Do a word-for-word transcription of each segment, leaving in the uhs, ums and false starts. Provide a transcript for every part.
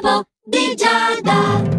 L'oroscopo di Giada.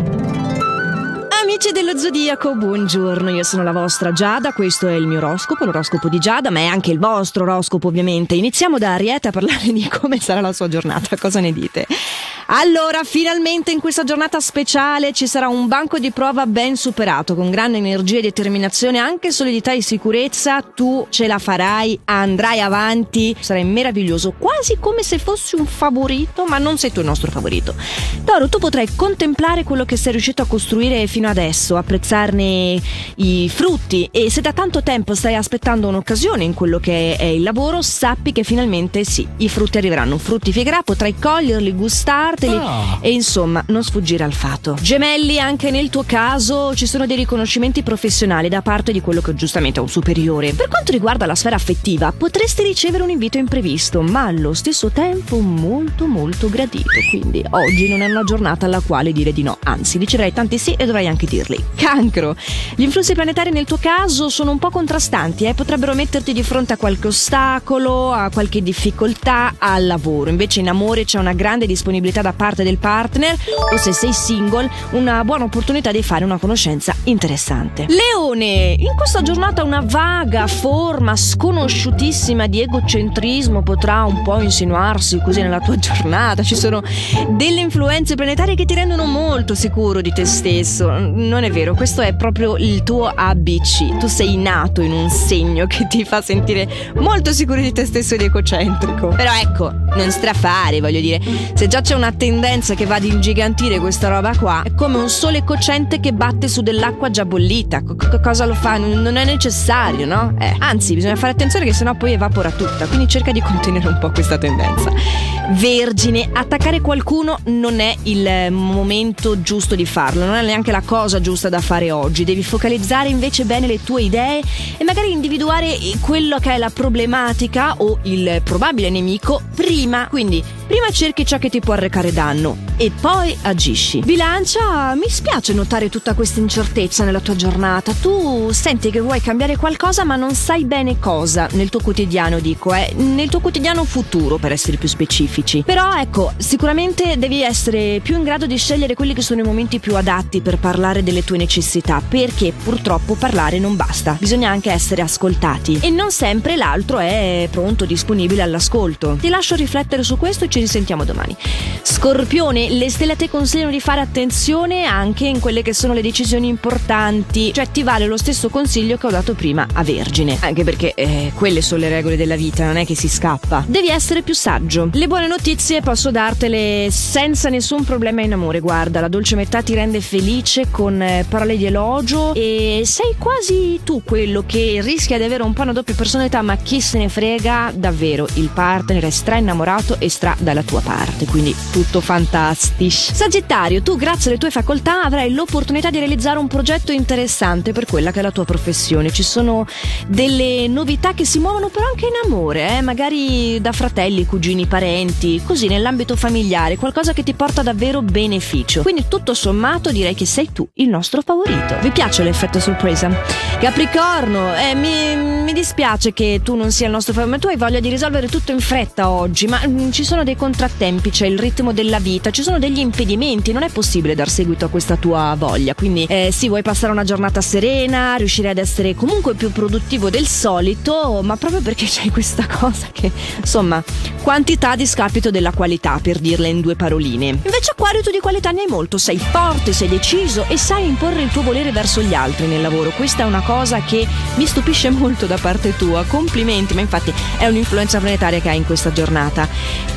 Amici dello Zodiaco, buongiorno, io sono la vostra Giada, questo è il mio oroscopo, l'oroscopo di Giada, ma è anche il vostro oroscopo ovviamente. Iniziamo da Ariete a parlare di come sarà la sua giornata, cosa ne dite? Allora, finalmente in questa giornata speciale ci sarà un banco di prova ben superato, con grande energia e determinazione, anche solidità e sicurezza, tu ce la farai, andrai avanti, sarai meraviglioso, quasi come se fossi un favorito, ma non sei tu il nostro favorito. Toro, tu potrai contemplare quello che sei riuscito a costruire fino adesso, apprezzarne i frutti, e se da tanto tempo stai aspettando un'occasione in quello che è il lavoro, sappi che finalmente sì, i frutti arriveranno, fruttificherà, potrai coglierli, gustarteli oh. e insomma non sfuggire al fato. Gemelli, anche nel tuo caso ci sono dei riconoscimenti professionali da parte di quello che giustamente è un superiore. Per quanto riguarda la sfera affettiva, potresti ricevere un invito imprevisto, ma allo stesso tempo molto molto gradito, quindi oggi non è una giornata alla quale dire di no, anzi riceverai tanti sì e dovrai anche dirli. Cancro, gli influssi planetari nel tuo caso sono un po' contrastanti, eh? potrebbero metterti di fronte a qualche ostacolo, a qualche difficoltà al lavoro. Invece in amore c'è una grande disponibilità da parte del partner, o se sei single una buona opportunità di fare una conoscenza interessante. Leone, in questa giornata una vaga forma sconosciutissima di egocentrismo potrà un po' insinuarsi così nella tua giornata. Ci sono delle influenze planetarie che ti rendono molto sicuro di te stesso. Non è vero, questo è proprio il tuo A B C. Tu sei nato in un segno che ti fa sentire molto sicuro di te stesso ed egocentrico. Però ecco, non strafare, voglio dire, se già c'è una tendenza che va ad ingigantire questa roba qua, è come un sole cocente che batte su dell'acqua già bollita. C- cosa lo fa? Non è necessario, no? Eh, anzi, bisogna fare attenzione che sennò poi evapora tutta, quindi cerca di contenere un po' questa tendenza. Vergine, attaccare qualcuno non è il momento giusto di farlo, non è neanche la cosa giusta da fare oggi. Devi focalizzare invece bene le tue idee e magari individuare quello che è la problematica o il probabile nemico prima. Quindi prima cerchi ciò che ti può arrecare danno e poi agisci. Bilancia, mi spiace notare tutta questa incertezza nella tua giornata. Tu senti che vuoi cambiare qualcosa ma non sai bene cosa, nel tuo quotidiano dico, eh, nel tuo quotidiano futuro per essere più specifici. Però ecco, sicuramente devi essere più in grado di scegliere quelli che sono i momenti più adatti per parlare delle tue necessità, perché purtroppo parlare non basta, bisogna anche essere ascoltati e non sempre l'altro è pronto, disponibile all'ascolto. Ti lascio riflettere su questo e ci risentiamo domani. Scorpione, le stelle a te consigliano di fare attenzione anche in quelle che sono le decisioni importanti, cioè ti vale lo stesso consiglio che ho dato prima a Vergine, anche perché eh, quelle sono le regole della vita, non è che si scappa. Devi essere più saggio. Le buone notizie posso dartele senza nessun problema in amore. Guarda, la dolce metà ti rende felice con eh, parole di elogio e sei quasi tu quello che rischia di avere un po' una doppia personalità, ma chi se ne frega, davvero il partner è stra innamorato e stra dalla tua parte, quindi tutto fantastico. Sagittario, tu grazie alle tue facoltà avrai l'opportunità di realizzare un progetto interessante per quella che è la tua professione. Ci sono delle novità che si muovono però anche in amore, eh? magari da fratelli, cugini, parenti, così nell'ambito familiare, qualcosa che ti porta davvero beneficio. Quindi tutto sommato direi che sei tu il nostro favorito. Vi piace l'effetto sorpresa? Capricorno, eh, mi, mi dispiace che tu non sia il nostro favorito, ma tu hai voglia di risolvere tutto in fretta oggi, ma mh, ci sono dei contrattempi, c'è il ritmo della vita, ci sono degli impedimenti, non è possibile dar seguito a questa tua voglia, quindi eh, sì, vuoi passare una giornata serena, riuscire ad essere comunque più produttivo del solito, ma proprio perché c'hai questa cosa che, insomma, quantità a discapito della qualità, per dirle in due paroline. Invece Acquario, tu di qualità ne hai molto, sei forte, sei deciso e sai imporre il tuo volere verso gli altri nel lavoro. Questa è una cosa che mi stupisce molto da parte tua, complimenti, ma infatti è un'influenza planetaria che hai in questa giornata.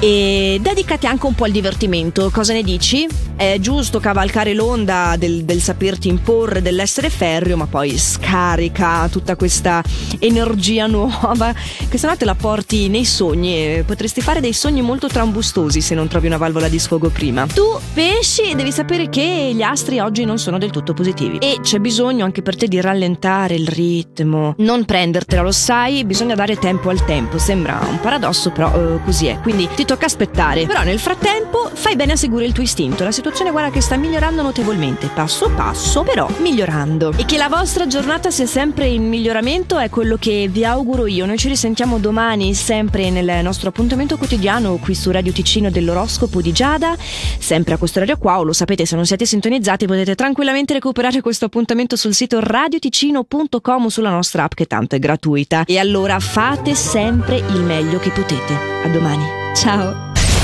E dedicati anche un po' al divertimento, cosa ne dici? È giusto cavalcare l'onda del, del saperti imporre, dell'essere ferreo, ma poi scarica tutta questa energia nuova che se no te la porti nei sogni e potresti fare dei sogni molto trambustosi se non trovi una valvola di sfogo prima. Tu pesci, devi sapere che gli astri oggi non sono del tutto positivi e c'è bisogno anche per te di rallentare il ritmo, non prendertela, lo sai, bisogna dare tempo al tempo. Sembra un paradosso, però uh, così è, quindi ti tocca aspettare. Però nel frattempo fai bene a seguire segui il tuo istinto. La situazione guarda che sta migliorando notevolmente, passo passo, però migliorando. E che la vostra giornata sia sempre in miglioramento è quello che vi auguro io. Noi ci risentiamo domani sempre nel nostro appuntamento quotidiano qui su Radio Ticino dell'oroscopo di Giada, sempre a questo orario qua, o lo sapete, se non siete sintonizzati potete tranquillamente recuperare questo appuntamento sul sito radioticino punto com o sulla nostra app che tanto è gratuita. E allora fate sempre il meglio che potete. A domani. Ciao.